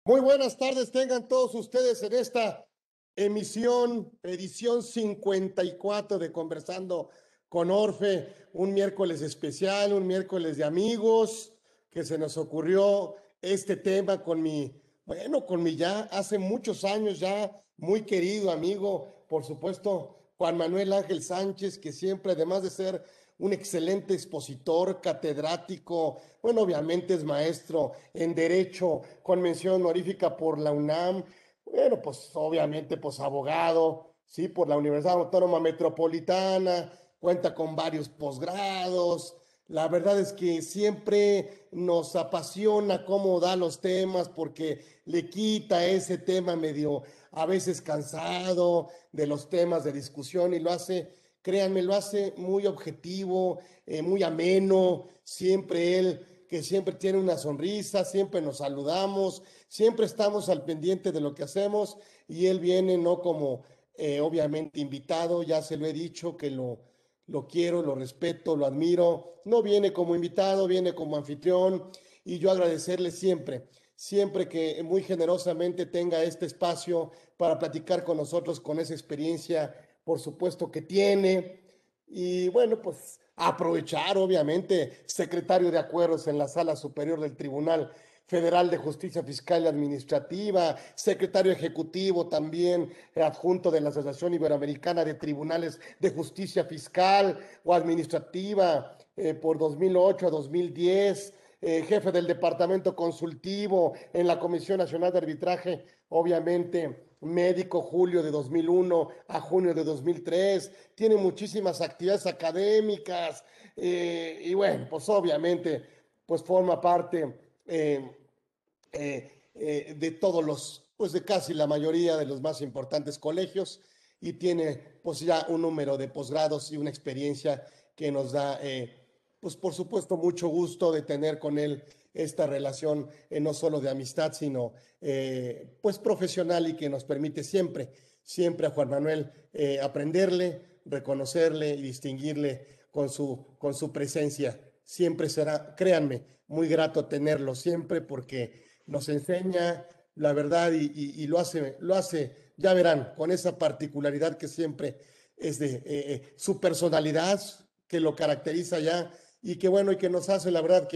Muy buenas tardes, tengan todos ustedes en esta edición 54 de Conversando con Orfe, un miércoles especial, un miércoles de amigos, que se nos ocurrió este tema con mi ya hace muchos años ya muy querido amigo, por supuesto, Juan Manuel Ángel Sánchez, que siempre, además de ser un excelente expositor, catedrático, bueno, obviamente es maestro en Derecho con mención honorífica por la UNAM, bueno, pues obviamente pues abogado, sí, por la Universidad Autónoma Metropolitana, cuenta con varios posgrados. La verdad es que siempre nos apasiona cómo da los temas porque le quita ese tema medio a veces cansado de los temas de discusión y lo hace, créanme, lo hace muy objetivo, muy ameno, siempre él que siempre tiene una sonrisa, siempre nos saludamos, siempre estamos al pendiente de lo que hacemos y él viene no como obviamente invitado, ya se lo he dicho que lo quiero, lo respeto, lo admiro, no viene como invitado, viene como anfitrión y yo agradecerle siempre, siempre que muy generosamente tenga este espacio para platicar con nosotros con esa experiencia, por supuesto que tiene. Y bueno, pues aprovechar, obviamente, secretario de Acuerdos en la Sala Superior del Tribunal Federal de Justicia Fiscal y Administrativa, secretario ejecutivo también, adjunto de la Asociación Iberoamericana de Tribunales de Justicia Fiscal o Administrativa por 2008 a 2010, jefe del Departamento Consultivo en la Comisión Nacional de Arbitraje, obviamente médico julio de 2001 a junio de 2003, tiene muchísimas actividades académicas y bueno, pues obviamente pues forma parte de todos los, pues de casi la mayoría de los más importantes colegios y tiene pues ya un número de posgrados y una experiencia que nos da pues por supuesto mucho gusto de tener con él esta relación no solo de amistad, sino pues profesional y que nos permite siempre, siempre a Juan Manuel aprenderle, reconocerle y distinguirle con su presencia. Siempre será, créanme, muy grato tenerlo siempre porque nos enseña la verdad y lo hace, ya verán, con esa particularidad que siempre es de su personalidad, que lo caracteriza ya y que bueno, y que nos hace la verdad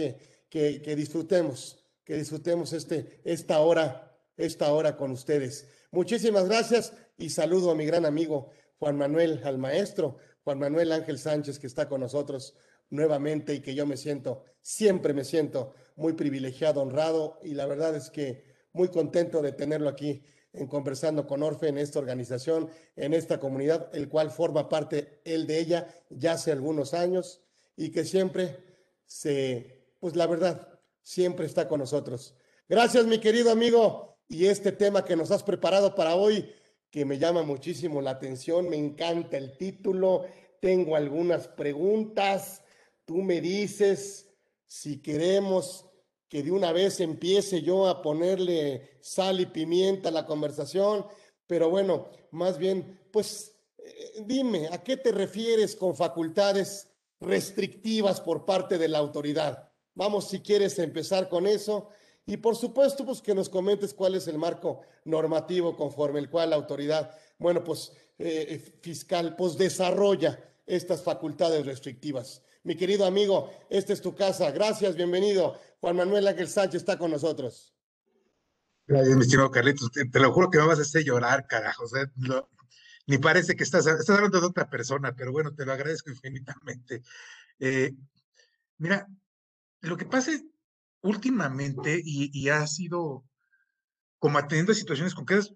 que disfrutemos esta hora con ustedes. Muchísimas gracias y saludo a mi gran amigo Juan Manuel, al maestro Juan Manuel Ángel Sánchez, que está con nosotros nuevamente y que yo siempre me siento muy privilegiado, honrado y la verdad es que muy contento de tenerlo aquí en Conversando con Orfe en esta organización, en esta comunidad, el cual forma parte él de ella ya hace algunos años y que siempre pues la verdad, siempre está con nosotros. Gracias, mi querido amigo. Y este tema que nos has preparado para hoy, que me llama muchísimo la atención, me encanta el título, tengo algunas preguntas, tú me dices si queremos que de una vez empiece yo a ponerle sal y pimienta a la conversación, pero bueno, más bien, pues dime, ¿a qué te refieres con facultades restrictivas por parte de la autoridad? Vamos, si quieres, a empezar con eso. Y por supuesto, pues que nos comentes cuál es el marco normativo conforme el cual la autoridad, bueno, pues fiscal, pues desarrolla estas facultades restrictivas. Mi querido amigo, esta es tu casa. Gracias, bienvenido. Juan Manuel Ángel Sánchez está con nosotros. Gracias, mi estimado Carlitos. Te lo juro que me vas a hacer llorar, carajo. O sea, ni parece que estás hablando de otra persona, pero bueno, te lo agradezco infinitamente. Eh, Mira, lo que pasa es, últimamente, y ha sido como atendiendo a situaciones concretas,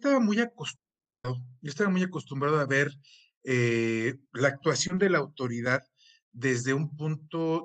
yo estaba muy acostumbrado a ver la actuación de la autoridad desde un punto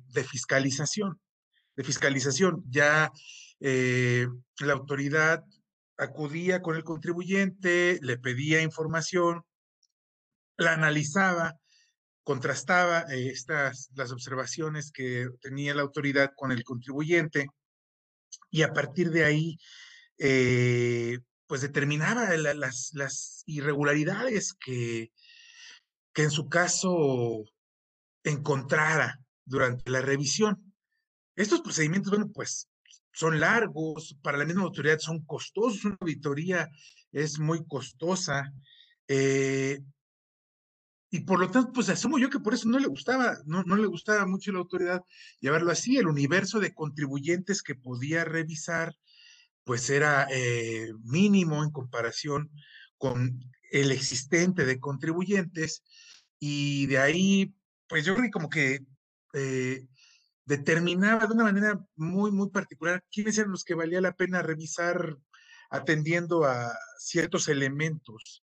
de fiscalización. Ya la autoridad acudía con el contribuyente, le pedía información, la analizaba, contrastaba las observaciones que tenía la autoridad con el contribuyente y a partir de ahí, eh, pues determinaba las irregularidades que en su caso encontrara durante la revisión. Estos procedimientos, bueno, pues son largos, para la misma autoridad son costosos, una auditoría es muy costosa, eh, y por lo tanto, pues asumo yo que por eso no le gustaba, no le gustaba mucho la autoridad llevarlo así, el universo de contribuyentes que podía revisar, pues era mínimo en comparación con el existente de contribuyentes, y de ahí, pues yo creo que como que eh, determinaba de una manera muy particular quiénes eran los que valía la pena revisar atendiendo a ciertos elementos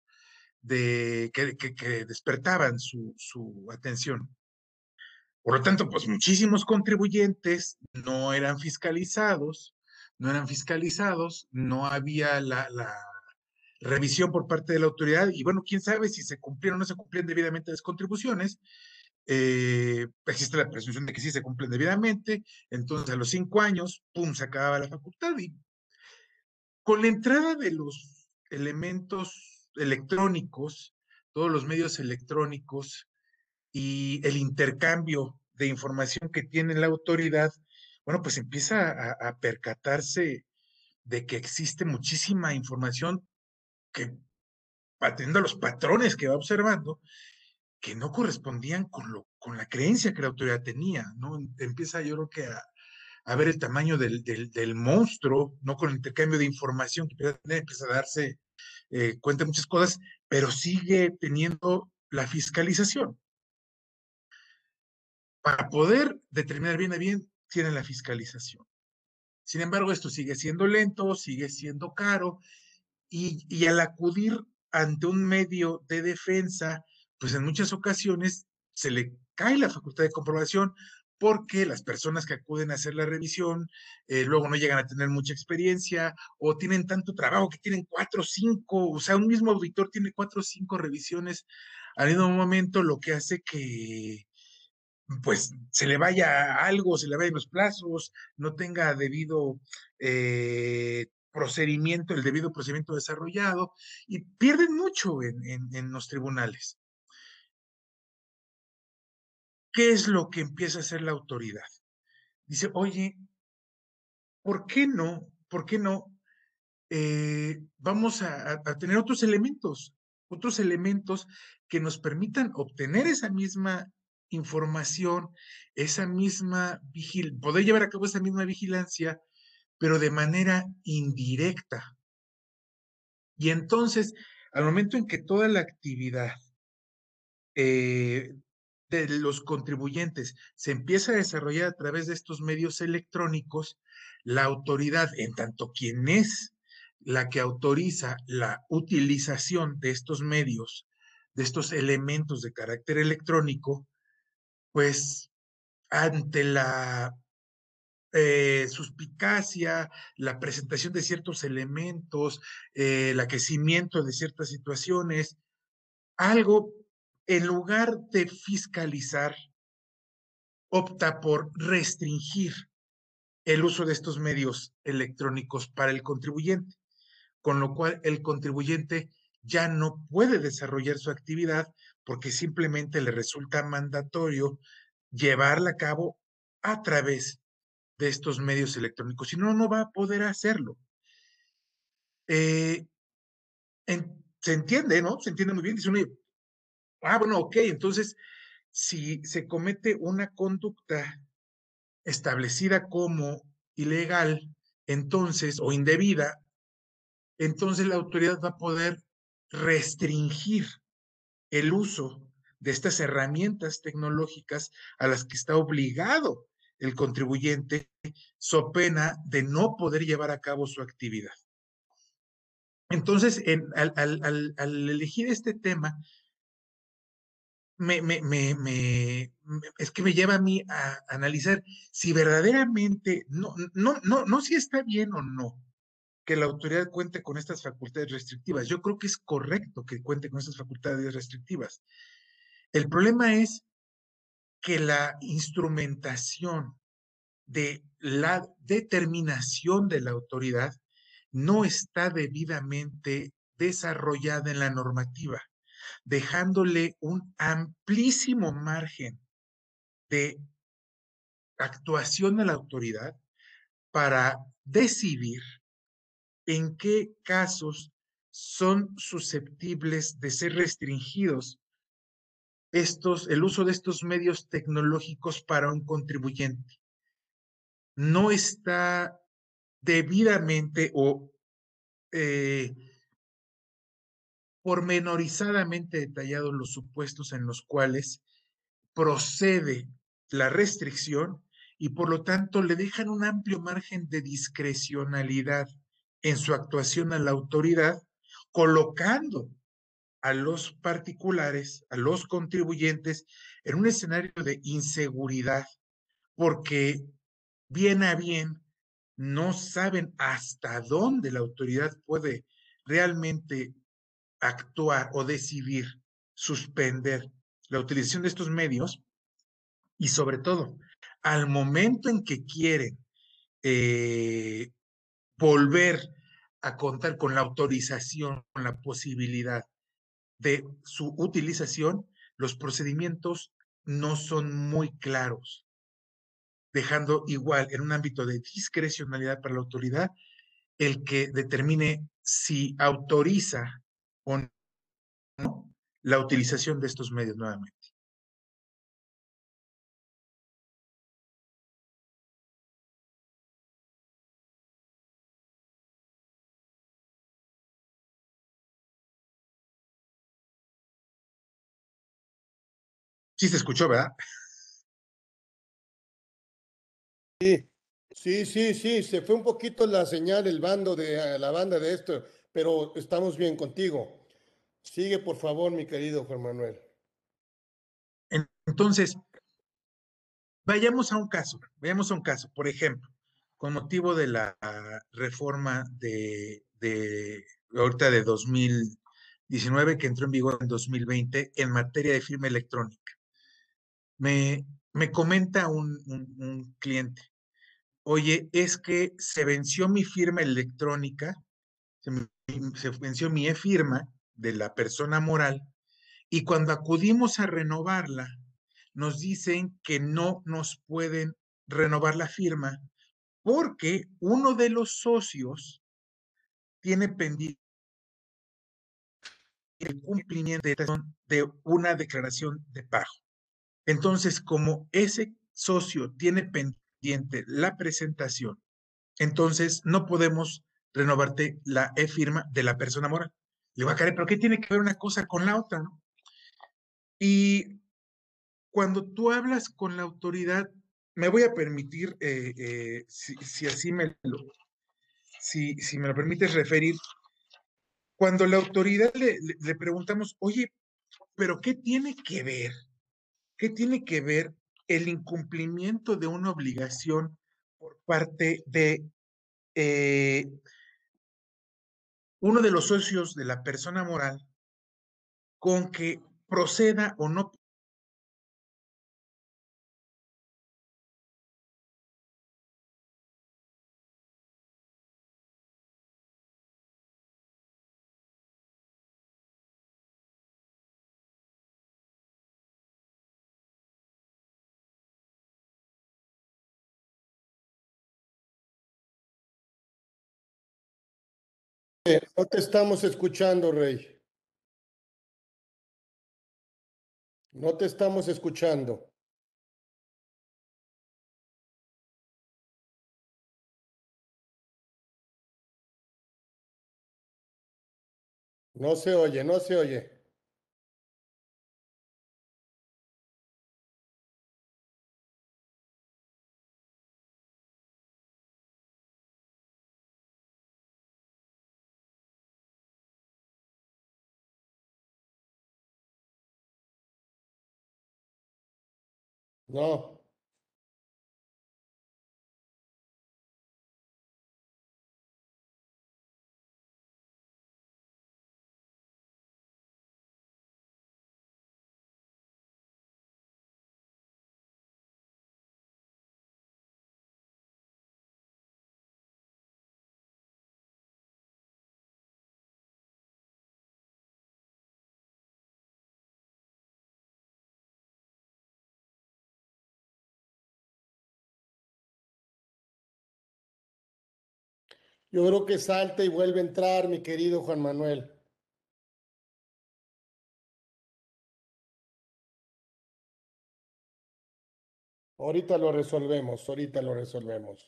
que despertaban su atención. Por lo tanto, pues muchísimos contribuyentes no había la revisión por parte de la autoridad, y bueno, quién sabe si se cumplieron o no se cumplían debidamente las contribuciones. Existe la presunción de que sí se cumplen debidamente, entonces a los 5 años, pum, se acababa la facultad, y con la entrada de los elementos electrónicos, todos los medios electrónicos y el intercambio de información que tiene la autoridad, bueno, pues empieza a percatarse de que existe muchísima información que, atendiendo a los patrones que va observando, que no correspondían con la creencia que la autoridad tenía, ¿no? Empieza yo creo que a ver el tamaño del monstruo, no con el intercambio de información que empieza a darse cuenta de muchas cosas, pero sigue teniendo la fiscalización. Para poder determinar bien a bien, tiene la fiscalización. Sin embargo, esto sigue siendo lento, sigue siendo caro, y al acudir ante un medio de defensa, pues en muchas ocasiones se le cae la facultad de comprobación porque las personas que acuden a hacer la revisión luego no llegan a tener mucha experiencia o tienen tanto trabajo que tienen 4 o 5, o sea, un mismo auditor tiene 4 o 5 revisiones al mismo momento, lo que hace que pues se le vaya algo, se le vayan los plazos, no tenga debido procedimiento, el debido procedimiento desarrollado, y pierden mucho en los tribunales. ¿Qué es lo que empieza a hacer la autoridad? Dice, oye, ¿por qué no? ¿Por qué no? Vamos a tener otros elementos que nos permitan obtener esa misma información, poder llevar a cabo esa misma vigilancia, pero de manera indirecta. Y entonces, al momento en que toda la actividad eh, de los contribuyentes se empieza a desarrollar a través de estos medios electrónicos, la autoridad, en tanto quien es la que autoriza la utilización de estos medios, de estos elementos de carácter electrónico, pues ante la suspicacia, la presentación de ciertos elementos, el aquecimiento de ciertas situaciones, algo, en lugar de fiscalizar, opta por restringir el uso de estos medios electrónicos para el contribuyente, con lo cual el contribuyente ya no puede desarrollar su actividad porque simplemente le resulta mandatorio llevarla a cabo a través de estos medios electrónicos. Si no, no va a poder hacerlo. Eh, se entiende, ¿no? Se entiende muy bien. Dice uno, bueno, ok, entonces, si se comete una conducta establecida como ilegal, entonces, o indebida, entonces la autoridad va a poder restringir el uso de estas herramientas tecnológicas a las que está obligado el contribuyente, so pena de no poder llevar a cabo su actividad. Entonces, al elegir este tema, es que me lleva a mí a analizar si verdaderamente, no si está bien o no que la autoridad cuente con estas facultades restrictivas. Yo creo que es correcto que cuente con estas facultades restrictivas. El problema es que la instrumentación de la determinación de la autoridad no está debidamente desarrollada en la normativa, dejándole un amplísimo margen de actuación a la autoridad para decidir en qué casos son susceptibles de ser restringidos el uso de estos medios tecnológicos para un contribuyente. No está debidamente o eh, pormenorizadamente detallados los supuestos en los cuales procede la restricción y por lo tanto le dejan un amplio margen de discrecionalidad en su actuación a la autoridad, colocando a los particulares, a los contribuyentes, en un escenario de inseguridad, porque bien a bien no saben hasta dónde la autoridad puede realmente actuar o decidir suspender la utilización de estos medios y sobre todo, al momento en que quieren eh, volver a contar con la autorización, con la posibilidad de su utilización, los procedimientos no son muy claros, dejando igual en un ámbito de discrecionalidad para la autoridad el que determine si autoriza o no la utilización de estos medios nuevamente. Sí se escuchó, ¿verdad? Sí, sí, sí, sí, se fue un poquito la señal, el bando de la banda de esto, pero estamos bien contigo. Sigue, por favor, mi querido Juan Manuel. Entonces, vayamos a un caso, por ejemplo, con motivo de la reforma de ahorita de 2019 que entró en vigor en 2020 en materia de firma electrónica. Me comenta un cliente, oye, es que se venció mi firma electrónica, se venció mi e-firma de la persona moral y cuando acudimos a renovarla, nos dicen que no nos pueden renovar la firma porque uno de los socios tiene pendiente el cumplimiento de una declaración de pago. Entonces, como ese socio tiene pendiente la presentación, entonces no podemos renovarte la e-firma de la persona moral. Le va a caer, pero ¿qué tiene que ver una cosa con la otra, no? Y cuando tú hablas con la autoridad, me voy a permitir, si así si me lo permites referir, cuando la autoridad le preguntamos, oye, pero ¿qué tiene que ver? ¿Qué tiene que ver el incumplimiento de una obligación por parte de uno de los socios de la persona moral con que proceda o no? No te estamos escuchando, Rey. No te estamos escuchando. No se oye, no se oye. No. Yo creo que salta y vuelve a entrar, mi querido Juan Manuel. Ahorita lo resolvemos, ahorita lo resolvemos.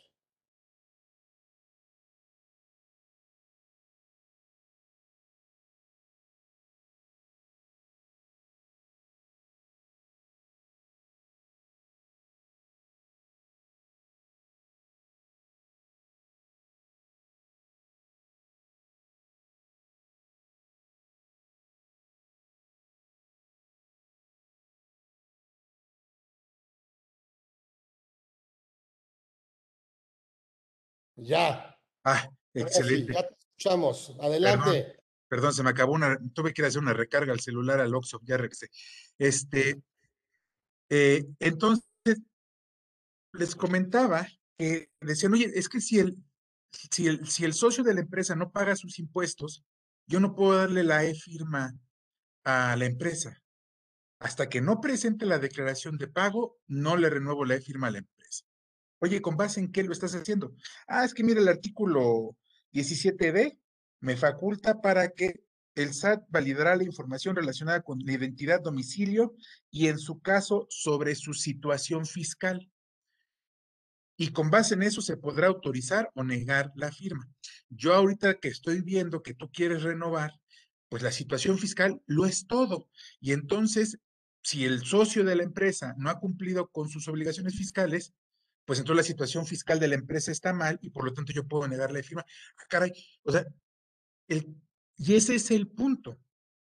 Ya, Ah, ahora sí, excelente. ya te escuchamos. Perdón, Adelante. perdón, se me acabó tuve que ir a hacer una recarga al celular al Oxxo, ya regresé. Este, entonces les comentaba que decían, oye, es que si el socio de la empresa no paga sus impuestos, yo no puedo darle la e-firma a la empresa. Hasta que no presente la declaración de pago, no le renuevo la e-firma a la empresa. Oye, ¿con base en qué lo estás haciendo? Ah, es que mira, el artículo 17D me faculta para que el SAT validará la información relacionada con la identidad, domicilio y en su caso sobre su situación fiscal. Y con base en eso se podrá autorizar o negar la firma. Yo ahorita que estoy viendo que tú quieres renovar, pues la situación fiscal lo es todo. Y entonces, si el socio de la empresa no ha cumplido con sus obligaciones fiscales, pues entonces la situación fiscal de la empresa está mal y por lo tanto yo puedo negar la firma. Ah, caray, o sea, el, y ese es el punto.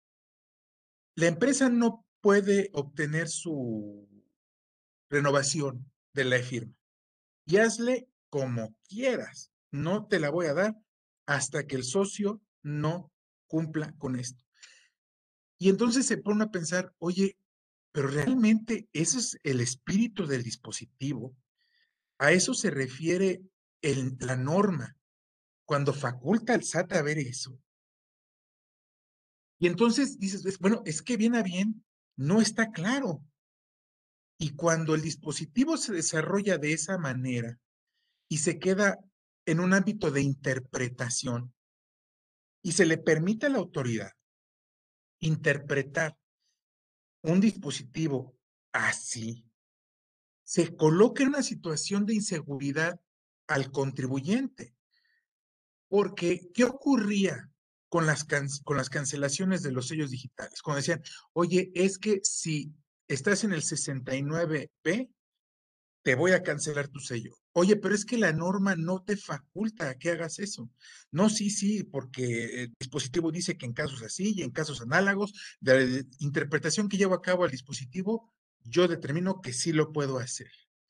La empresa no puede obtener su renovación de la firma y hazle como quieras. No te la voy a dar hasta que el socio no cumpla con esto. Y entonces se pone a pensar, oye, pero realmente ese es el espíritu del dispositivo. A eso se refiere la norma, cuando faculta al SAT a ver eso. Y entonces dices, bueno, es que bien a bien no está claro. Y cuando el dispositivo se desarrolla de esa manera y se queda en un ámbito de interpretación, y se le permite a la autoridad interpretar un dispositivo así, se coloca en una situación de inseguridad al contribuyente. Porque, ¿qué ocurría con las cancelaciones de los sellos digitales? Cuando decían, oye, es que si estás en el 69B, te voy a cancelar tu sello. Oye, pero es que la norma no te faculta a que hagas eso. No, sí, sí, porque el dispositivo dice que en casos así y en casos análogos, de la interpretación que llevo a cabo al dispositivo, yo determino que sí lo puedo hacer.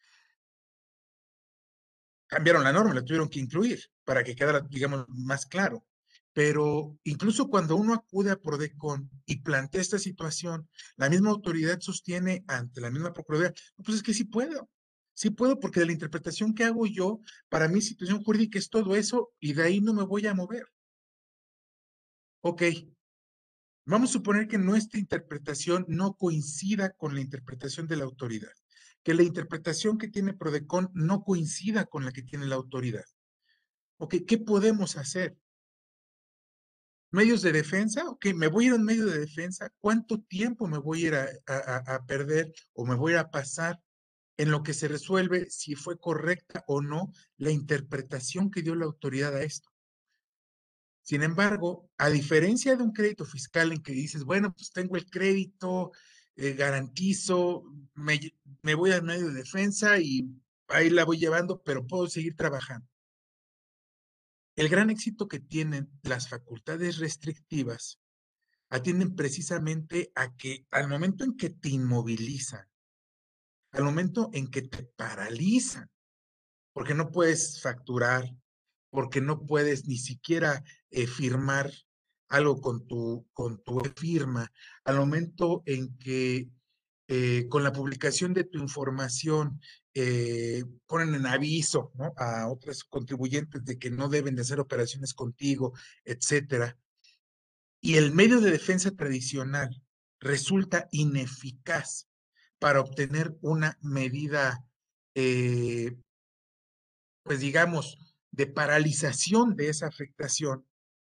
Cambiaron la norma, la tuvieron que incluir para que quedara, digamos, más claro. Pero incluso cuando uno acude a Prodecon y plantea esta situación, la misma autoridad sostiene ante la misma Procuraduría, no, pues es que sí puedo porque de la interpretación que hago yo, para mi situación jurídica es todo eso y de ahí no me voy a mover. Ok, vamos a suponer que nuestra interpretación no coincida con la interpretación de la autoridad, que la interpretación que tiene Prodecon no coincida con la que tiene la autoridad. Ok, ¿qué podemos hacer? ¿Medios de defensa? Ok, me voy a ir a un medio de defensa. ¿Cuánto tiempo me voy a ir a perder o me voy a pasar en lo que se resuelve si fue correcta o no la interpretación que dio la autoridad a esto? Sin embargo, a diferencia de un crédito fiscal en que dices, bueno, pues tengo el crédito, garantizo, me voy al medio de defensa y ahí la voy llevando, pero puedo seguir trabajando. El gran éxito que tienen las facultades restrictivas atienden precisamente a que al momento en que te inmovilizan, al momento en que te paralizan, porque no puedes facturar, porque no puedes ni siquiera firmar algo con tu firma, al momento en que con la publicación de tu información ponen en aviso, ¿no?, a otros contribuyentes de que no deben de hacer operaciones contigo, etcétera, y el medio de defensa tradicional resulta ineficaz para obtener una medida, pues digamos, de paralización de esa afectación,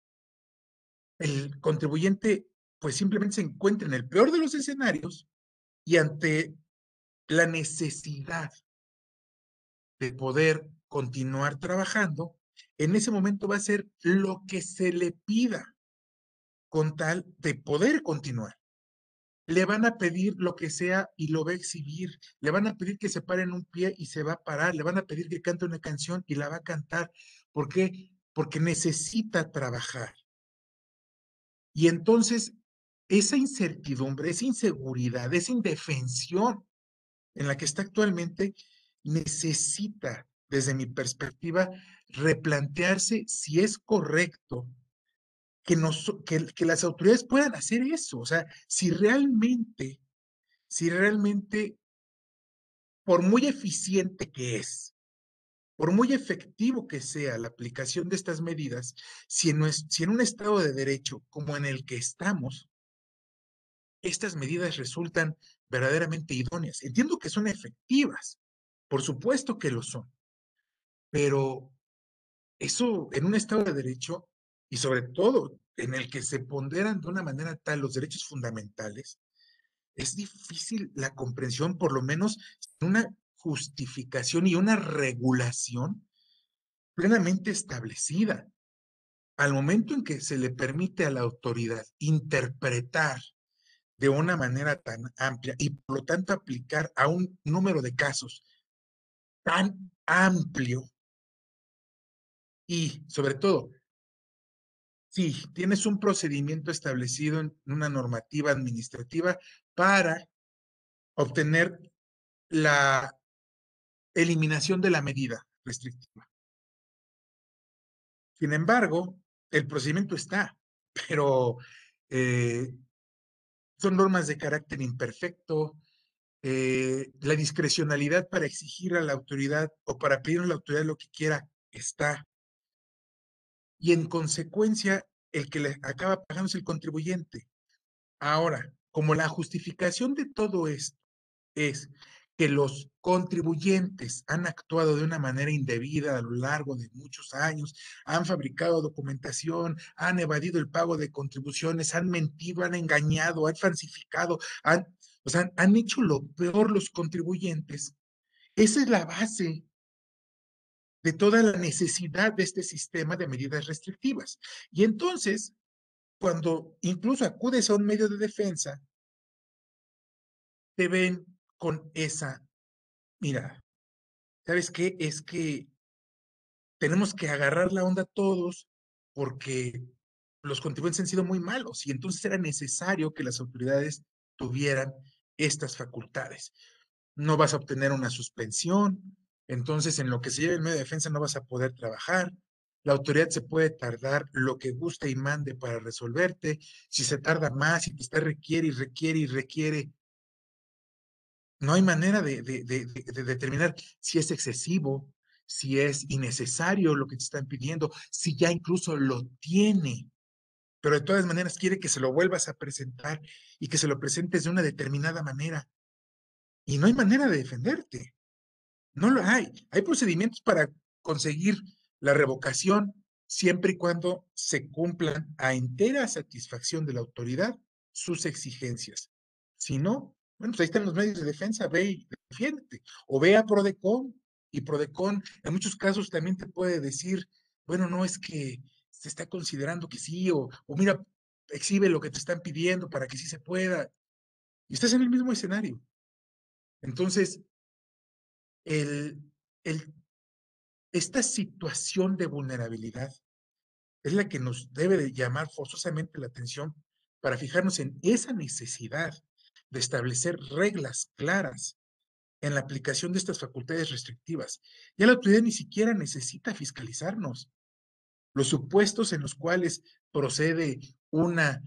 el contribuyente pues simplemente se encuentra en el peor de los escenarios y ante la necesidad de poder continuar trabajando, en ese momento va a hacer lo que se le pida con tal de poder continuar. Le van a pedir lo que sea y lo va a exhibir. Le van a pedir que se pare en un pie y se va a parar. Le van a pedir que cante una canción y la va a cantar. ¿Por qué? Porque necesita trabajar. Y entonces, esa incertidumbre, esa inseguridad, esa indefensión en la que está actualmente, necesita, desde mi perspectiva, replantearse si es correcto que las autoridades puedan hacer eso. O sea, si realmente, por muy eficiente que es, por muy efectivo que sea la aplicación de estas medidas, si en un estado de derecho como en el que estamos, estas medidas resultan verdaderamente idóneas. Entiendo que son efectivas, por supuesto que lo son, pero eso en un estado de derecho y sobre todo en el que se ponderan de una manera tal los derechos fundamentales, es difícil la comprensión, por lo menos una justificación y una regulación plenamente establecida. Al momento en que se le permite a la autoridad interpretar de una manera tan amplia y por lo tanto aplicar a un número de casos tan amplio y sobre todo, si tienes un procedimiento establecido en una normativa administrativa para obtener la eliminación de la medida restrictiva. Sin embargo, el procedimiento está, pero eh, son normas de carácter imperfecto, la discrecionalidad para exigir a la autoridad o para pedir a la autoridad lo que quiera está. Y en consecuencia, el que le acaba pagando es el contribuyente. Ahora, como la justificación de todo esto es que los contribuyentes han actuado de una manera indebida a lo largo de muchos años, han fabricado documentación, han evadido el pago de contribuciones, han mentido, han engañado, han falsificado, o sea, han hecho lo peor los contribuyentes. Esa es la base de toda la necesidad de este sistema de medidas restrictivas. Y entonces, cuando incluso acudes a un medio de defensa, te ven con esa mirada. ¿Sabes qué? Es que tenemos que agarrar la onda todos porque los contribuyentes han sido muy malos y entonces era necesario que las autoridades tuvieran estas facultades. No vas a obtener una suspensión, entonces en lo que se lleve el medio de defensa no vas a poder trabajar. La autoridad se puede tardar lo que guste y mande para resolverte. Si se tarda más, si te está requiere y requiere y requiere, no hay manera de determinar si es excesivo, si es innecesario lo que te están pidiendo, si ya incluso lo tiene, pero de todas maneras quiere que se lo vuelvas a presentar y que se lo presentes de una determinada manera. Y no hay manera de defenderte. No lo hay. Hay procedimientos para conseguir la revocación siempre y cuando se cumplan a entera satisfacción de la autoridad sus exigencias. Si no, bueno, pues ahí están los medios de defensa, ve y defiéndete. O ve a Prodecon y Prodecon en muchos casos también te puede decir, bueno, no es que se está considerando que sí, o mira, exhibe lo que te están pidiendo para que sí se pueda. Y estás en el mismo escenario. Entonces, el, el esta situación de vulnerabilidad es la que nos debe de llamar forzosamente la atención para fijarnos en esa necesidad de establecer reglas claras en la aplicación de estas facultades restrictivas. Ya la autoridad ni siquiera necesita fiscalizarnos. Los supuestos en los cuales procede una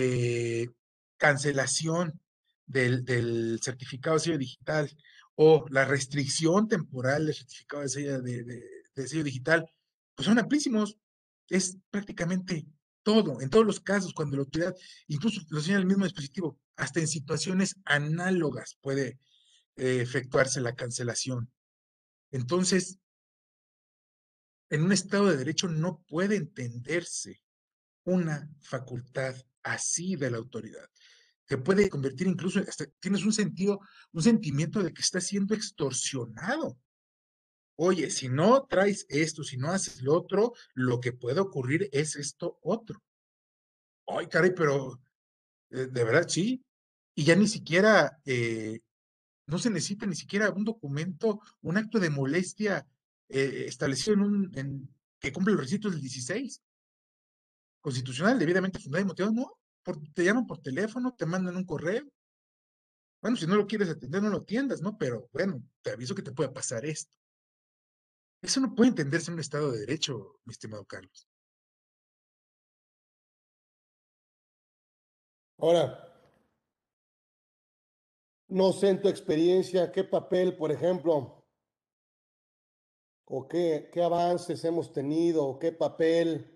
cancelación del certificado de sello digital o la restricción temporal del certificado de sello digital, pues son amplísimos. Es prácticamente todo, en todos los casos, cuando la autoridad, incluso lo señala el mismo dispositivo, hasta en situaciones análogas puede efectuarse la cancelación. Entonces, en un Estado de Derecho no puede entenderse una facultad así de la autoridad. Te puede convertir incluso, hasta tienes un sentido, un sentimiento de que estás siendo extorsionado. Oye, si no traes esto, si no haces lo otro, lo que puede ocurrir es esto otro. Ay, caray, pero de verdad sí. Y ya ni siquiera, no se necesita ni siquiera un documento, un acto de molestia establecido que cumple los requisitos del 16 constitucional, debidamente fundado y motivado, no. Te llaman por teléfono, te mandan un correo. Bueno, si no lo quieres atender, no lo atiendas, ¿no? Pero bueno, te aviso que te puede pasar esto. Eso no puede entenderse en un Estado de Derecho, mi estimado Carlos. Ahora, no sé en tu experiencia qué papel, por ejemplo, o qué avances hemos tenido, o qué papel,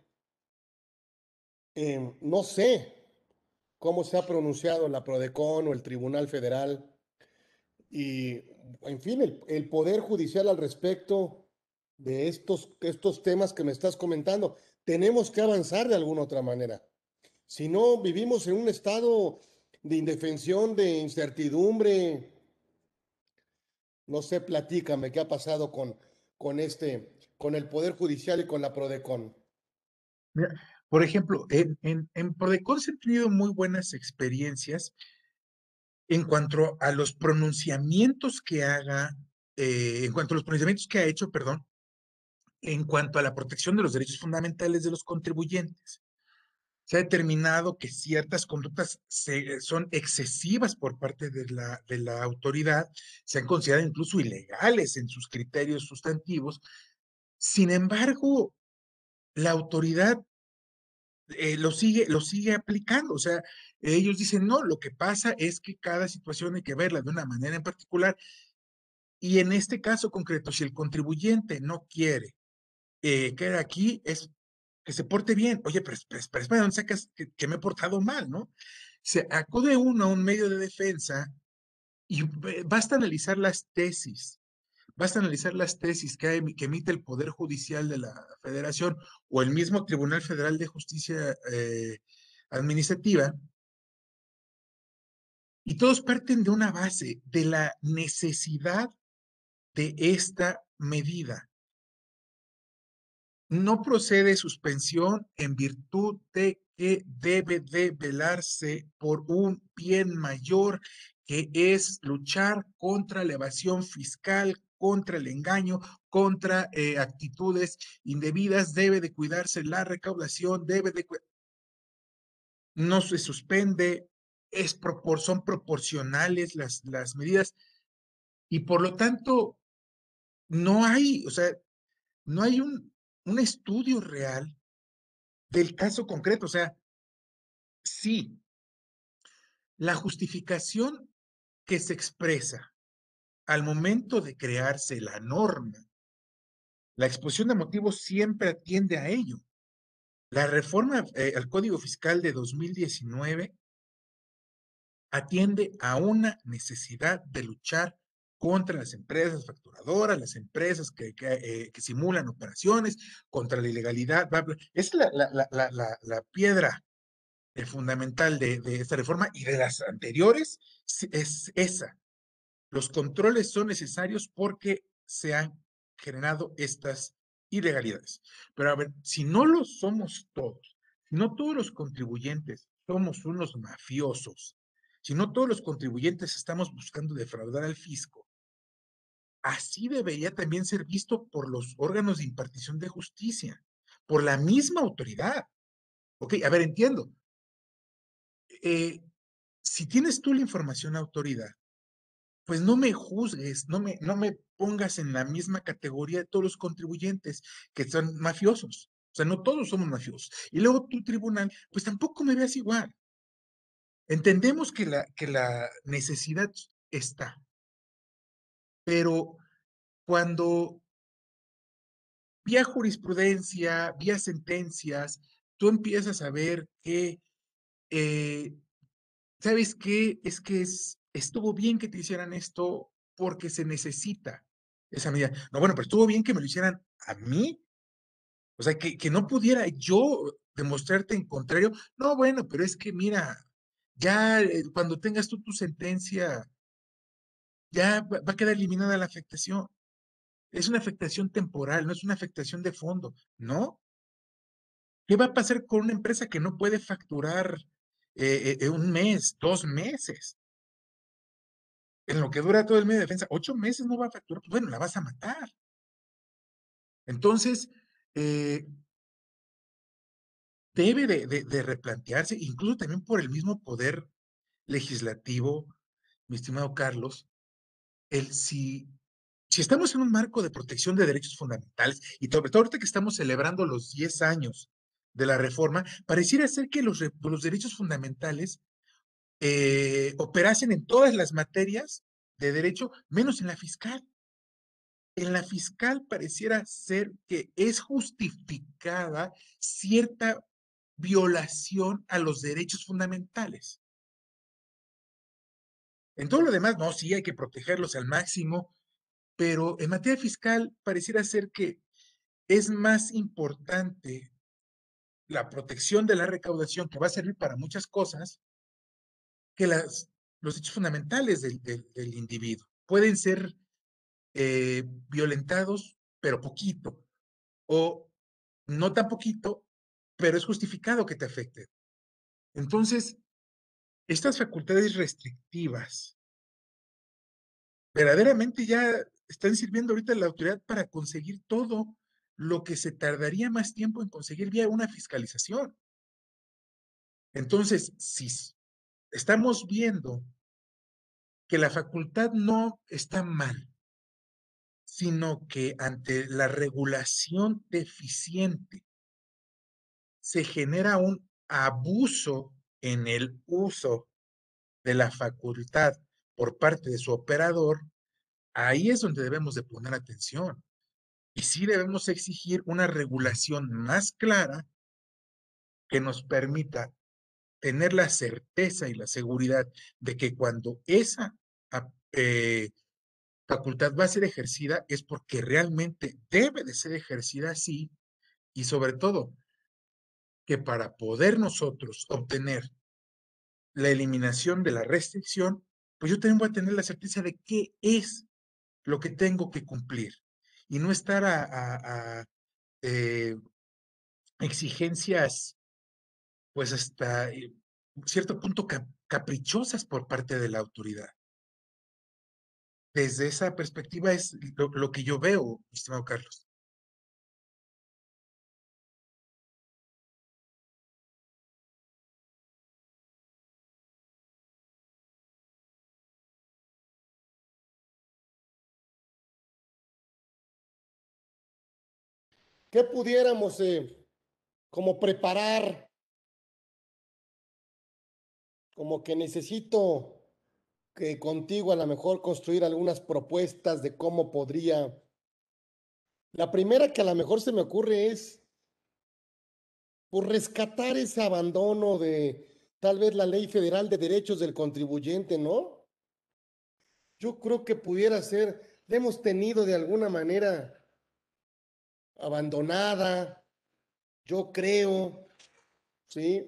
no sé cómo se ha pronunciado la PRODECON o el Tribunal Federal y, en fin, el Poder Judicial al respecto de estos temas que me estás comentando. Tenemos que avanzar de alguna otra manera. Si no, vivimos en un estado de indefensión, de incertidumbre. No sé, platícame qué ha pasado con el Poder Judicial y con la PRODECON. Mira, por ejemplo, en Prodecon se han tenido muy buenas experiencias en cuanto a los pronunciamientos que haga, en cuanto a los pronunciamientos que ha hecho, perdón, en cuanto a la protección de los derechos fundamentales de los contribuyentes. Se ha determinado que ciertas conductas son excesivas por parte de la autoridad, se han considerado incluso ilegales en sus criterios sustantivos. Sin embargo, la autoridad lo sigue aplicando. O sea, ellos dicen, no, lo que pasa es que cada situación hay que verla de una manera en particular. Y en este caso concreto, si el contribuyente no quiere quedar aquí, es que se porte bien. Oye, pero espera, ¿dónde sacas que me he portado mal, no? Se acude uno a un medio de defensa y basta analizar las tesis. Basta analizar las tesis que emite el Poder Judicial de la Federación o el mismo Tribunal Federal de Justicia Administrativa, y todos parten de una base de la necesidad de esta medida. No procede suspensión en virtud de que debe de velarse por un bien mayor, que es luchar contra la evasión fiscal, contra el engaño, contra actitudes indebidas. Debe de cuidarse la recaudación, no se suspende, son proporcionales las medidas, y por lo tanto no hay, o sea, no hay un estudio real del caso concreto. O sea, sí, la justificación que se expresa al momento de crearse la norma, la exposición de motivos siempre atiende a ello. La reforma al Código Fiscal de 2019 atiende a una necesidad de luchar contra las empresas facturadoras, las empresas que simulan operaciones, contra la ilegalidad. Bla, bla. Es la piedra fundamental de esta reforma y de las anteriores, es esa. Los controles son necesarios porque se han generado estas ilegalidades. Pero a ver, si no lo somos todos, si no todos los contribuyentes somos unos mafiosos, si no todos los contribuyentes estamos buscando defraudar al fisco, así debería también ser visto por los órganos de impartición de justicia, por la misma autoridad. Ok, a ver, entiendo. Eh, si tienes tú la información autoridad, pues no me juzgues, no me pongas en la misma categoría de todos los contribuyentes que son mafiosos. O sea, no todos somos mafiosos. Y luego tu tribunal, pues tampoco me veas igual. Entendemos que la necesidad está, pero cuando vía jurisprudencia, vía sentencias, tú empiezas a ver que eh, ¿sabes qué? Es que estuvo bien que te hicieran esto porque se necesita esa medida. No, bueno, pero estuvo bien que me lo hicieran a mí O sea, que no pudiera yo demostrarte en contrario. No, bueno, pero es que mira, ya cuando tengas tú tu sentencia, ya va a quedar eliminada la afectación. Es una afectación temporal, no es una afectación de fondo, ¿no? ¿Qué va a pasar con una empresa que no puede facturar un mes, 2 meses? En lo que dura todo el medio de defensa, 8 meses no va a facturar, pues bueno, la vas a matar. Entonces, eh, debe de replantearse, incluso también por el mismo poder legislativo, mi estimado Carlos, el si estamos en un marco de protección de derechos fundamentales, y sobre todo ahorita que estamos celebrando los 10 años de la reforma, pareciera ser que los derechos fundamentales operasen en todas las materias de derecho, menos en la fiscal. En la fiscal pareciera ser que es justificada cierta violación a los derechos fundamentales. En todo lo demás, no, sí hay que protegerlos al máximo, pero en materia fiscal pareciera ser que es más importante la protección de la recaudación, que va a servir para muchas cosas, que los derechos fundamentales del individuo. Pueden ser violentados, pero poquito, o no tan poquito, pero es justificado que te afecten. Entonces, estas facultades restrictivas verdaderamente ya están sirviendo ahorita a la autoridad para conseguir todo lo que se tardaría más tiempo en conseguir vía una fiscalización. Entonces, si estamos viendo que la facultad no está mal, sino que ante la regulación deficiente se genera un abuso en el uso de la facultad por parte de su operador, ahí es donde debemos de poner atención. Y sí debemos exigir una regulación más clara que nos permita tener la certeza y la seguridad de que cuando esa eh, facultad va a ser ejercida es porque realmente debe de ser ejercida así y sobre todo que para poder nosotros obtener la eliminación de la restricción, pues yo también voy a tener la certeza de qué es lo que tengo que cumplir y no estar a eh, exigencias, pues hasta cierto punto caprichosas por parte de la autoridad. Desde esa perspectiva es lo que yo veo, mi estimado Carlos. ¿Qué pudiéramos como preparar? Como que necesito que contigo a lo mejor construir algunas propuestas de cómo podría. La primera que a lo mejor se me ocurre es por rescatar ese abandono de tal vez la Ley Federal de Derechos del Contribuyente, ¿no? Yo creo que pudiera ser, la hemos tenido de alguna manera abandonada, yo creo, ¿sí?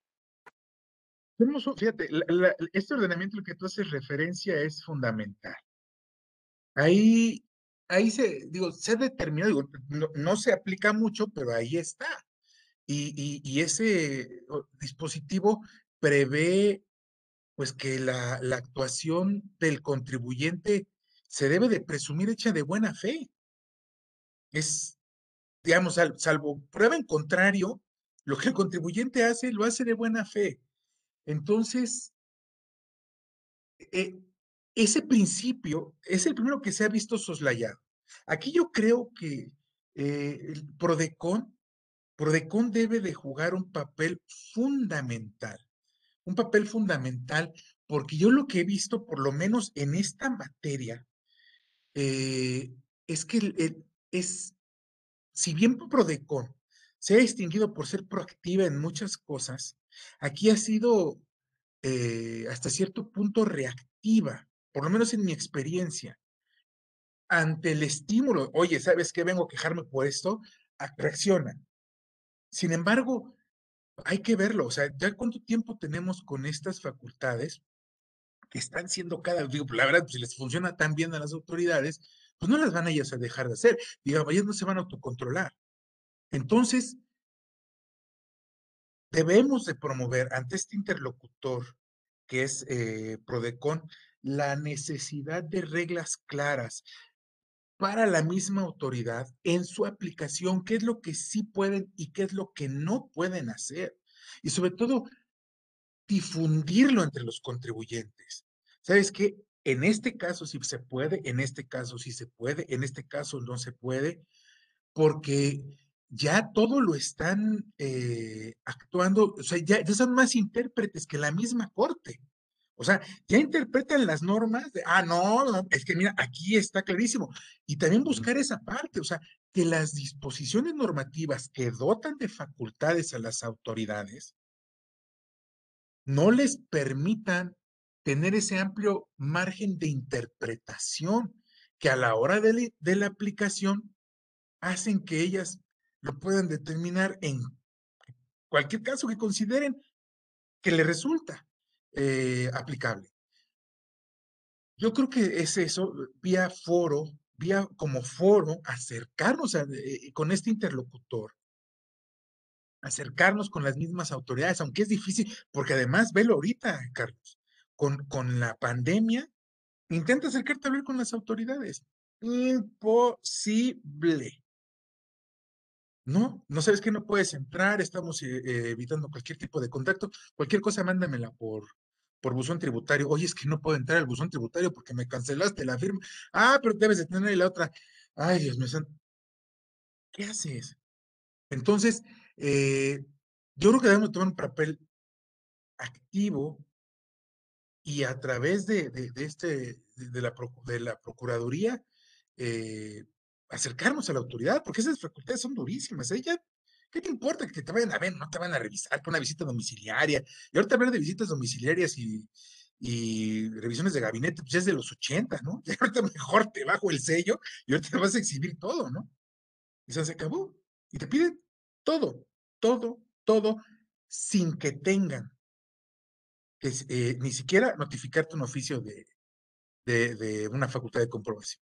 Fíjate, este ordenamiento al que tú haces referencia es fundamental. Ahí, ahí digo, se ha determinado, digo, no se aplica mucho, pero ahí está. Y ese dispositivo prevé pues que la actuación del contribuyente se debe de presumir hecha de buena fe. Es, digamos, salvo prueba en contrario, lo que el contribuyente hace, lo hace de buena fe. Entonces, eh, ese principio es el primero que se ha visto soslayado. Aquí yo creo que el Prodecon debe de jugar un papel fundamental, porque yo lo que he visto, por lo menos en esta materia, es que si bien Prodecon se ha distinguido por ser proactiva en muchas cosas, aquí ha sido hasta cierto punto reactiva, por lo menos en mi experiencia, ante el estímulo. Oye, ¿sabes qué? Vengo a quejarme por esto. reaccionan. Sin embargo, hay que verlo, o sea, ya cuánto tiempo tenemos con estas facultades que están siendo digo, la verdad, pues, si les funciona tan bien a las autoridades, pues no las van ellas a dejar de hacer, digamos, ellas no se van a autocontrolar. Entonces, debemos de promover ante este interlocutor que es Prodecon la necesidad de reglas claras para la misma autoridad en su aplicación, qué es lo que sí pueden y qué es lo que no pueden hacer. Y sobre todo, difundirlo entre los contribuyentes. ¿Sabes qué? En este caso sí se puede, en este caso sí se puede, en este caso no se puede, porque ya todo lo están actuando, o sea, ya son más intérpretes que la misma corte. O sea, ya interpretan las normas de, no, no, es que mira, aquí está clarísimo. Y también buscar esa parte, o sea, que las disposiciones normativas que dotan de facultades a las autoridades no les permitan tener ese amplio margen de interpretación que a la hora de la aplicación hacen que ellas lo puedan determinar en cualquier caso que consideren que le resulta aplicable. Yo creo que es eso, vía foro, vía como foro, acercarnos con este interlocutor, acercarnos con las mismas autoridades, aunque es difícil, porque además, velo ahorita, Carlos, con la pandemia, intenta acercarte a hablar con las autoridades. Imposible. No, no sabes que no puedes entrar, estamos evitando cualquier tipo de contacto, cualquier cosa mándamela por buzón tributario. Oye, es que no puedo entrar al buzón tributario porque me cancelaste la firma. Pero debes de tener la otra. Ay, Dios mío, ¿qué haces? Entonces, yo creo que debemos tomar un papel activo y a través de la Procuraduría, eh, acercarnos a la autoridad, porque esas facultades son durísimas. Ya, ¿qué te importa que te vayan a ver? No te van a revisar con una visita domiciliaria. Y ahorita hablar de visitas domiciliarias y revisiones de gabinete, pues ya es de los 80, ¿no? Ya ahorita mejor te bajo el sello y ahorita vas a exhibir todo, ¿no? Y se acabó. Y te piden todo, todo, todo, sin que tengan que ni siquiera notificarte un oficio de una facultad de comprobación.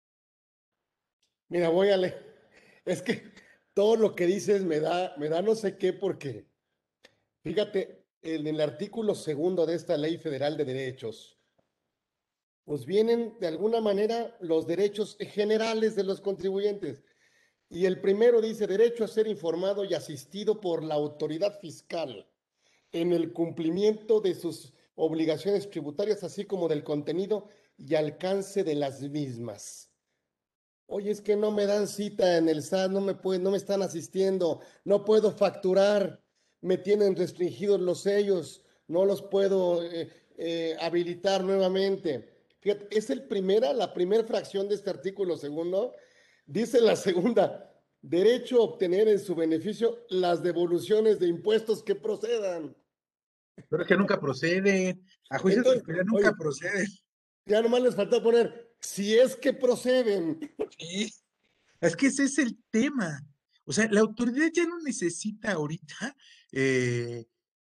Mira, voy a leer. Es que todo lo que dices me da no sé qué, porque fíjate, en el artículo segundo de esta Ley Federal de Derechos, pues vienen de alguna manera los derechos generales de los contribuyentes. Y el primero dice derecho a ser informado y asistido por la autoridad fiscal en el cumplimiento de sus obligaciones tributarias, así como del contenido y alcance de las mismas. Oye, es que no me dan cita en el SAT, no me están asistiendo, no puedo facturar, me tienen restringidos los sellos, no los puedo habilitar nuevamente. Fíjate, es la primera fracción de este artículo segundo. Dice la segunda, derecho a obtener en su beneficio las devoluciones de impuestos que procedan. Pero es que nunca proceden, a juicios de Entonces, autoridad nunca oye, proceden. ya nomás les faltó poner, si es que proceden. Sí. Es que ese es el tema. O sea, la autoridad ya no necesita ahorita eh,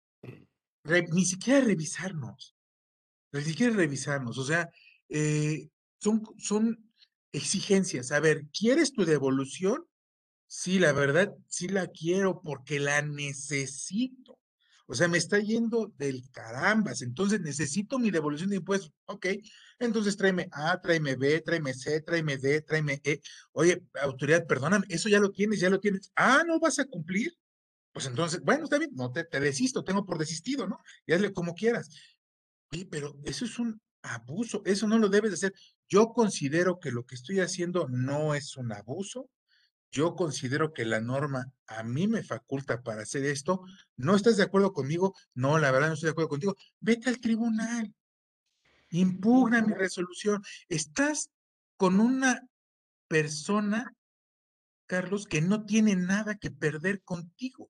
ni siquiera revisarnos, ni siquiera revisarnos. O sea, eh, son exigencias. A ver, ¿quieres tu devolución? Sí, la verdad, sí la quiero porque la necesito. O sea, me está yendo del carambas, entonces necesito mi devolución de impuestos. Ok, entonces tráeme A, tráeme B, tráeme C, tráeme D, tráeme E. Oye, autoridad, perdóname, eso ya lo tienes, ya lo tienes. ¿No vas a cumplir? Pues entonces, bueno, está bien, no te desisto, tengo por desistido, ¿no? Y hazle como quieras. Oye, pero eso es un abuso, eso no lo debes de hacer. Yo considero que lo que estoy haciendo no es un abuso, yo considero que la norma a mí me faculta para hacer esto. ¿No estás de acuerdo conmigo? No, la verdad no estoy de acuerdo contigo. Vete al tribunal, impugna mi resolución. Estás con una persona, Carlos, que no tiene nada que perder contigo.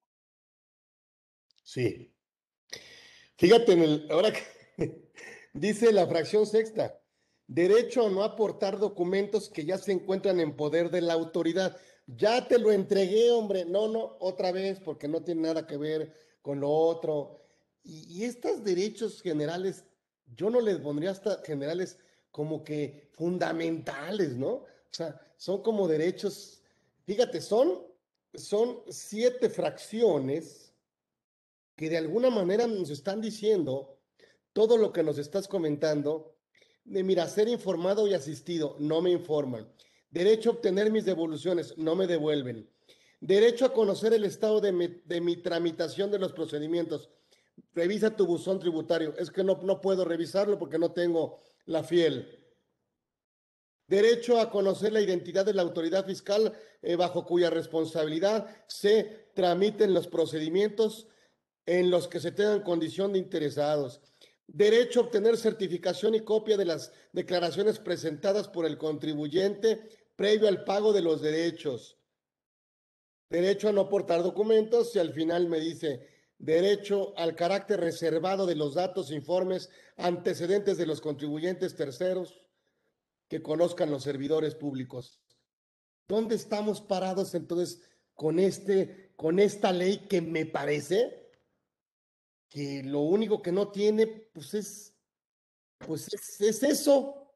Sí. Fíjate ahora que dice la fracción sexta, derecho a no aportar documentos que ya se encuentran en poder de la autoridad. Ya te lo entregué, hombre. No, no, otra vez, porque no tiene nada que ver con lo otro. Y estos derechos generales, yo no les pondría hasta generales como que fundamentales, ¿no? O sea, son como derechos, fíjate, son 7 fracciones que de alguna manera nos están diciendo todo lo que nos estás comentando, de mira, ser informado y asistido, no me informan. Derecho a obtener mis devoluciones, no me devuelven. Derecho a conocer el estado de mi tramitación de los procedimientos. Revisa tu buzón tributario. Es que no puedo revisarlo porque no tengo la fiel. Derecho a conocer la identidad de la autoridad fiscal bajo cuya responsabilidad se tramiten los procedimientos en los que se tengan condición de interesados. Derecho a obtener certificación y copia de las declaraciones presentadas por el contribuyente previo al pago de los derechos. Derecho a no aportar documentos y al final me dice derecho al carácter reservado de los datos, informes, antecedentes de los contribuyentes terceros que conozcan los servidores públicos. ¿Dónde estamos parados entonces con esta ley que me parece que lo único que no tiene, pues es eso?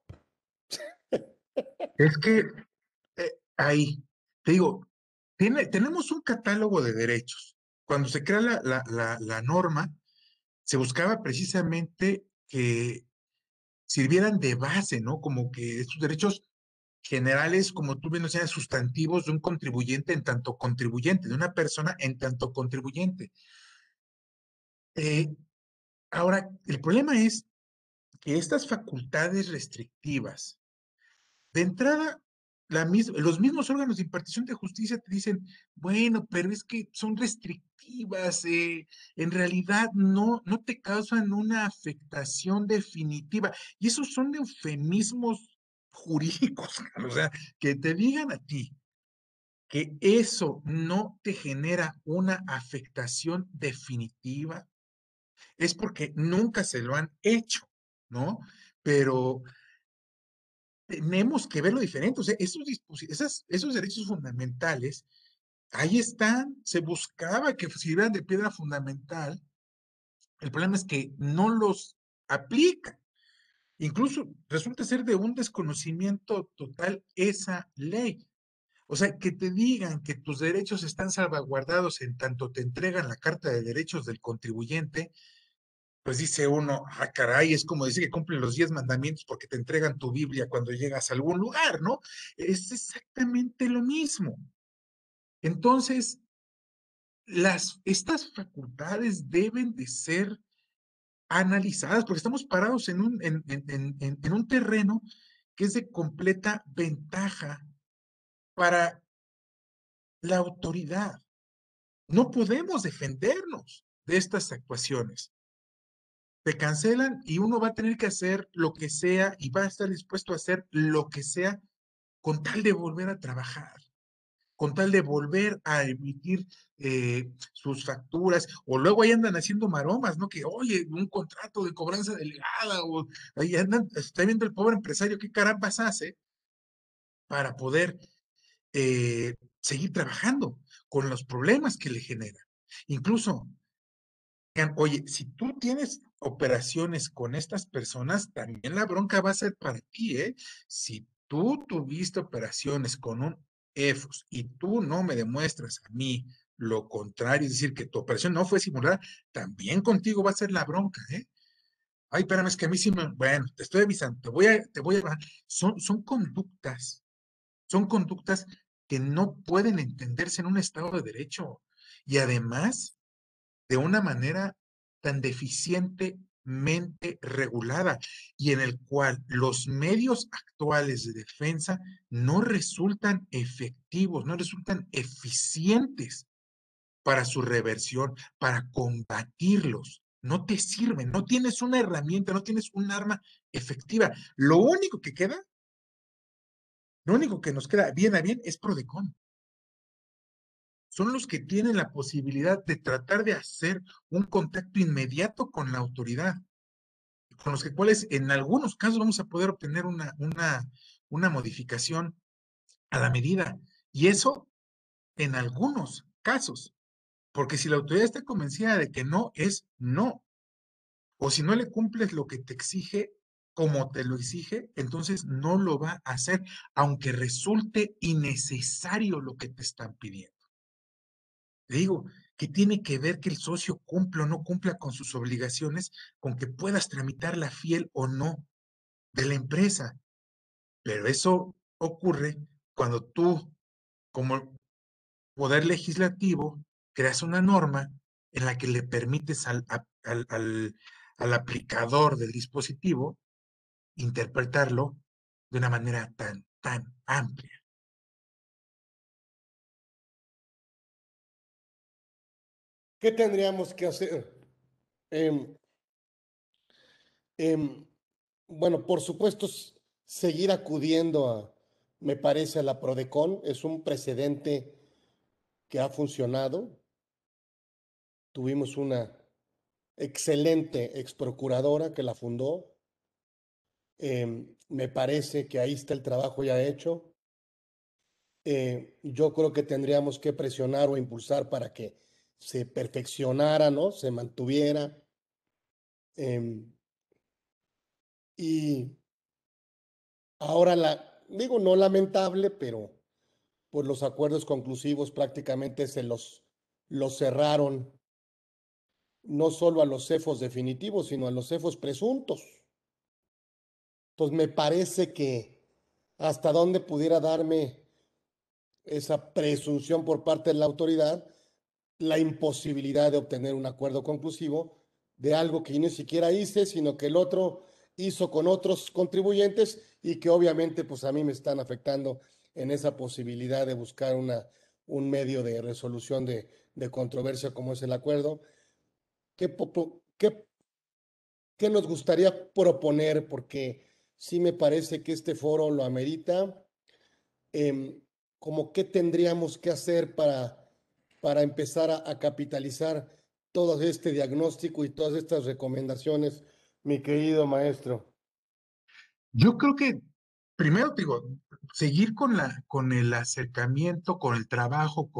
Es que ahí, te digo, tenemos un catálogo de derechos. Cuando se crea la norma, se buscaba precisamente que sirvieran de base, ¿no? Como que estos derechos generales, como tú bien decías, sustantivos de un contribuyente en tanto contribuyente, de una persona en tanto contribuyente. Eh, Ahora, el problema es que estas facultades restrictivas, de entrada, los mismos órganos de impartición de justicia te dicen, bueno, pero es que son restrictivas, en realidad no te causan una afectación definitiva. Y esos son eufemismos jurídicos, o sea, que te digan a ti que eso no te genera una afectación definitiva, es porque nunca se lo han hecho, ¿no? Pero tenemos que verlo diferente. O sea, esos derechos fundamentales, ahí están, se buscaba que sirvieran de piedra fundamental. El problema es que no los aplican. Incluso resulta ser de un desconocimiento total esa ley. O sea, que te digan que tus derechos están salvaguardados en tanto te entregan la Carta de Derechos del contribuyente, pues dice uno, ah, caray, es como decir que cumplen los 10 mandamientos porque te entregan tu Biblia cuando llegas a algún lugar, ¿no? Es exactamente lo mismo. Entonces, estas facultades deben de ser analizadas porque estamos parados en un terreno que es de completa ventaja para la autoridad. No podemos defendernos de estas actuaciones. Te cancelan y uno va a tener que hacer lo que sea y va a estar dispuesto a hacer lo que sea con tal de volver a trabajar, con tal de volver a emitir sus facturas, o luego ahí andan haciendo maromas, ¿no? Que, oye, un contrato de cobranza delegada, o ahí andan, está viendo el pobre empresario qué carambas hace para poder seguir trabajando con los problemas que le genera. Incluso oye, si tú tienes operaciones con estas personas, también la bronca va a ser para ti, ¿eh? Si tú tuviste operaciones con un EFOS y tú no me demuestras a mí lo contrario, es decir, que tu operación no fue simulada, también contigo va a ser la bronca, ¿eh? Ay, espérame, es que a mí sí me, bueno, te estoy avisando, te voy a, son conductas que no pueden entenderse en un Estado de Derecho. Y además, de una manera tan deficientemente regulada y en el cual los medios actuales de defensa no resultan efectivos, no resultan eficientes para su reversión, para combatirlos. No te sirven, no tienes una herramienta, no tienes un arma efectiva. Lo único que nos queda bien a bien es Prodecon. Son los que tienen la posibilidad de tratar de hacer un contacto inmediato con la autoridad, con los cuales en algunos casos vamos a poder obtener una modificación a la medida. Y eso en algunos casos, porque si la autoridad está convencida de que no, es no. O si no le cumples lo que te exige, como te lo exige, entonces no lo va a hacer, aunque resulte innecesario lo que te están pidiendo. Le digo, que tiene que ver que el socio cumpla o no cumpla con sus obligaciones, con que puedas tramitar la fiel o no de la empresa. Pero eso ocurre cuando tú, como poder legislativo, creas una norma en la que le permites al aplicador del dispositivo interpretarlo de una manera tan amplia. ¿Qué tendríamos que hacer? Em, em, bueno, por supuesto, seguir acudiendo me parece, a la Prodecon. Es un precedente que ha funcionado. Tuvimos una excelente ex procuradora que la fundó. Me parece que ahí está el trabajo ya hecho. Yo creo que tendríamos que presionar o impulsar para que se perfeccionara, ¿no? Se mantuviera. em, y ahora digo, no lamentable, pero pues los acuerdos conclusivos prácticamente los cerraron, no solo a los cefos definitivos, sino a los cefos presuntos. Entonces me parece que hasta dónde pudiera darme esa presunción por parte de la autoridad, la imposibilidad de obtener un acuerdo conclusivo de algo que yo ni siquiera hice, sino que el otro hizo con otros contribuyentes y que obviamente pues a mí me están afectando en esa posibilidad de buscar un medio de resolución de controversia como es el acuerdo. ¿Qué, qué, qué nos gustaría proponer? Porque sí me parece que este foro lo amerita. em, Como qué tendríamos que hacer para empezar a capitalizar todo este diagnóstico y todas estas recomendaciones, mi querido maestro. Yo creo que primero te digo, seguir con el acercamiento, con el trabajo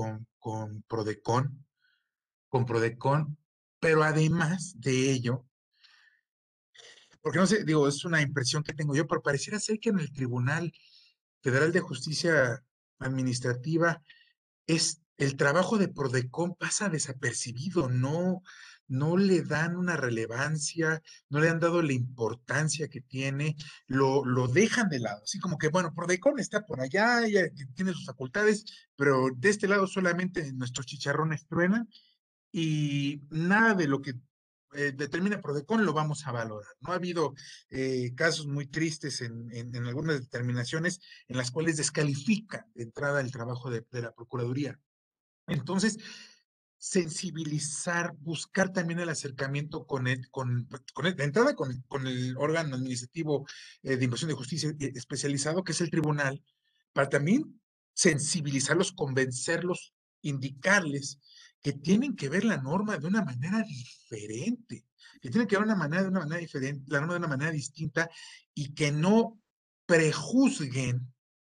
con Prodecon, pero además de ello, porque no sé, digo, es una impresión que tengo yo, pero pareciera ser que en el Tribunal Federal de Justicia Administrativa es el trabajo de Prodecon pasa desapercibido, no le dan una relevancia, no le han dado la importancia que tiene, lo dejan de lado, así como que, bueno, Prodecon está por allá, ella tiene sus facultades, pero de este lado solamente nuestros chicharrones truenan y nada de lo que determina Prodecon lo vamos a valorar. No ha habido casos muy tristes en algunas determinaciones en las cuales descalifica de entrada el trabajo de la Procuraduría. Entonces, sensibilizar, buscar también el acercamiento de entrada con el órgano administrativo de inversión de justicia especializado, que es el tribunal, para también sensibilizarlos, convencerlos, indicarles que tienen que ver la norma de una manera diferente, que tienen que ver de una manera diferente, la norma de una manera distinta y que no prejuzguen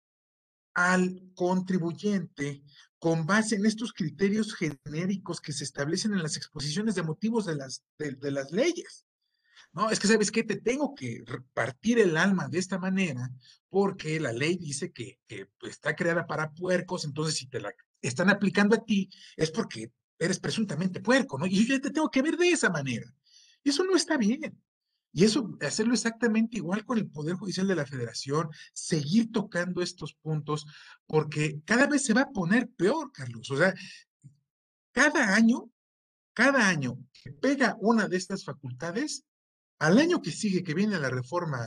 al contribuyente con base en estos criterios genéricos que se establecen en las exposiciones de motivos de las leyes. No, es que sabes qué, te tengo que partir el alma de esta manera porque la ley dice que está creada para puercos, entonces si te la están aplicando a ti es porque eres presuntamente puerco, ¿no? Y yo ya te tengo que ver de esa manera. Y eso no está bien. Y eso, hacerlo exactamente igual con el Poder Judicial de la Federación, seguir tocando estos puntos, porque cada vez se va a poner peor, Carlos. O sea, cada año, cada año que pega una de estas facultades, al año que sigue, que viene la reforma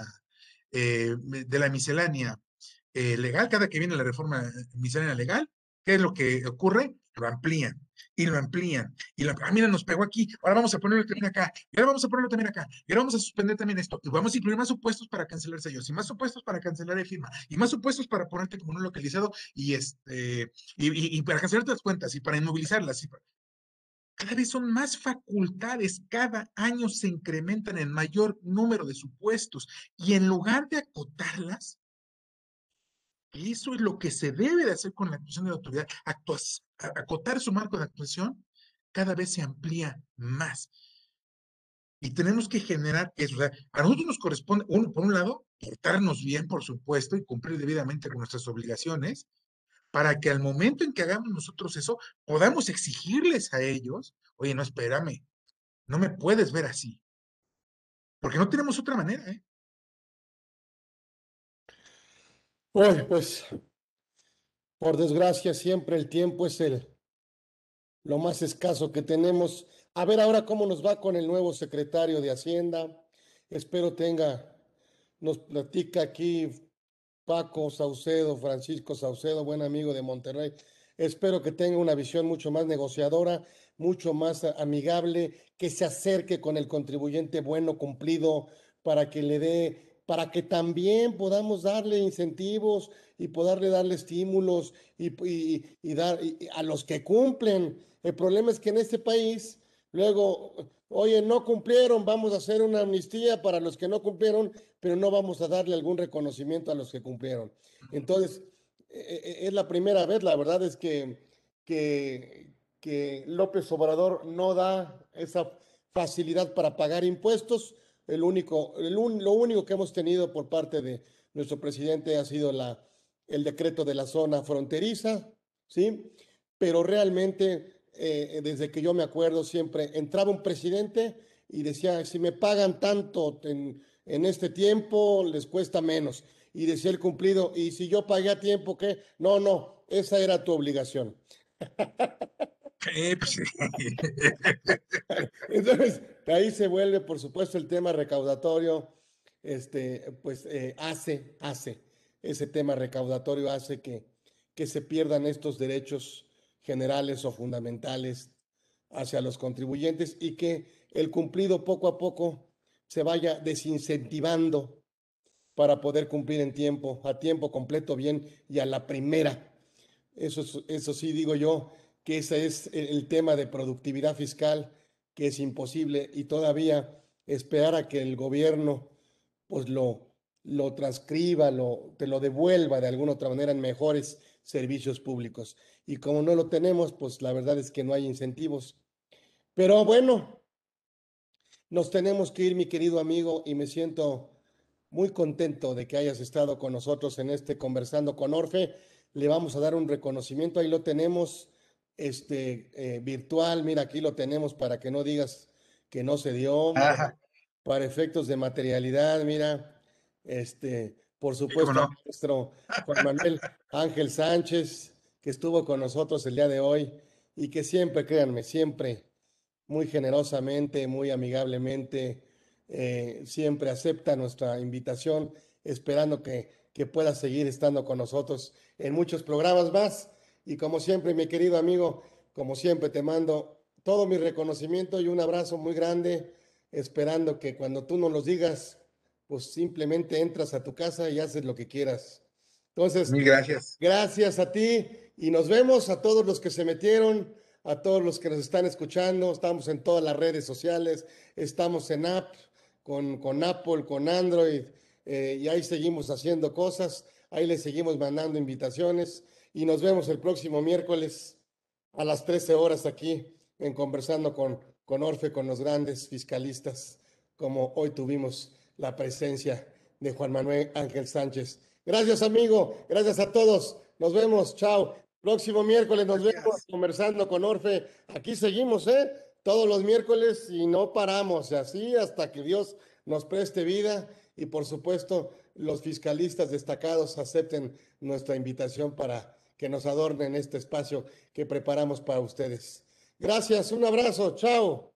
de la miscelánea legal, cada que viene la reforma miscelánea legal, ¿qué es lo que ocurre? Lo amplían y lo amplían. Mira, nos pegó aquí, ahora vamos a ponerlo también acá, y ahora vamos a ponerlo también acá, y ahora vamos a suspender también esto, y vamos a incluir más supuestos para cancelar sellos, y más supuestos para cancelar el firma, y más supuestos para ponerte como no localizado, y para cancelar las cuentas, y para inmovilizarlas, cada vez son más facultades, cada año se incrementan en mayor número de supuestos y en lugar de acotarlas, que eso es lo que se debe de hacer con la actuación de la autoridad, acotar su marco de actuación, cada vez se amplía más. Y tenemos que generar eso. O sea, a nosotros nos corresponde, por un lado, portarnos bien, por supuesto, y cumplir debidamente con nuestras obligaciones, para que al momento en que hagamos nosotros eso, podamos exigirles a ellos, oye, no, espérame, no me puedes ver así, porque no tenemos otra manera, ¿eh? Bueno, pues por desgracia siempre el tiempo es lo más escaso que tenemos. A ver ahora cómo nos va con el nuevo secretario de Hacienda. Espero nos platica aquí Paco Saucedo, Francisco Saucedo, buen amigo de Monterrey. Espero que tenga una visión mucho más negociadora, mucho más amigable, que se acerque con el contribuyente bueno, cumplido, para que le dé, para que también podamos darle incentivos y poderle darle estímulos y dar a los que cumplen. El problema es que en este país, luego, oye, no cumplieron, vamos a hacer una amnistía para los que no cumplieron, pero no vamos a darle algún reconocimiento a los que cumplieron. Entonces, es la primera vez, la verdad es que, que López Obrador no da esa facilidad para pagar impuestos. Lo único que hemos tenido por parte de nuestro presidente ha sido el decreto de la zona fronteriza, ¿sí? Pero realmente, desde que yo me acuerdo, siempre entraba un presidente y decía, si me pagan tanto en este tiempo, les cuesta menos. Y decía el cumplido, y si yo pagué a tiempo, ¿qué? No, no, esa era tu obligación. Pues, Entonces, ahí se vuelve, por supuesto, el tema recaudatorio, pues ese tema recaudatorio hace que se pierdan estos derechos generales o fundamentales hacia los contribuyentes y que el cumplido poco a poco se vaya desincentivando para poder cumplir en tiempo, a tiempo completo, bien y a la primera. Eso sí digo yo, que ese es el tema de productividad fiscal, que es imposible y todavía esperar a que el gobierno pues lo transcriba, te lo devuelva de alguna otra manera en mejores servicios públicos. Y como no lo tenemos, pues la verdad es que no hay incentivos. Pero bueno, nos tenemos que ir, mi querido amigo, y me siento muy contento de que hayas estado con nosotros en Conversando con Orfe. Le vamos a dar un reconocimiento, ahí lo tenemos, virtual. Mira, aquí lo tenemos para que no digas que no se dio, ajá, para efectos de materialidad. Mira, por sí, cómo supuesto, a no. nuestro Juan Manuel Ángel Sánchez, que estuvo con nosotros el día de hoy y que siempre, créanme, siempre muy generosamente, muy amigablemente, siempre acepta nuestra invitación, esperando que pueda seguir estando con nosotros en muchos programas más. Y como siempre, mi querido amigo, como siempre, te mando todo mi reconocimiento y un abrazo muy grande, esperando que cuando tú nos los digas, pues simplemente entras a tu casa y haces lo que quieras. Entonces, Mil gracias. gracias a ti y nos vemos a todos los que se metieron, a todos los que nos están escuchando. Estamos en todas las redes sociales, estamos en app con Apple, con Android, y ahí seguimos haciendo cosas, ahí les seguimos mandando invitaciones y nos vemos el próximo miércoles a las 13 horas aquí en Conversando con Orfe, con los grandes fiscalistas, como hoy tuvimos la presencia de Juan Manuel Ángel Sánchez. Gracias, amigo. Gracias a todos. Nos vemos. Chao. Próximo miércoles nos vemos Gracias. conversando con Orfe. Aquí seguimos, ¿eh? Todos los miércoles y no paramos. Así hasta que Dios nos preste vida y, por supuesto, los fiscalistas destacados acepten nuestra invitación para que nos adornen este espacio que preparamos para ustedes. Gracias. Un abrazo. Chao.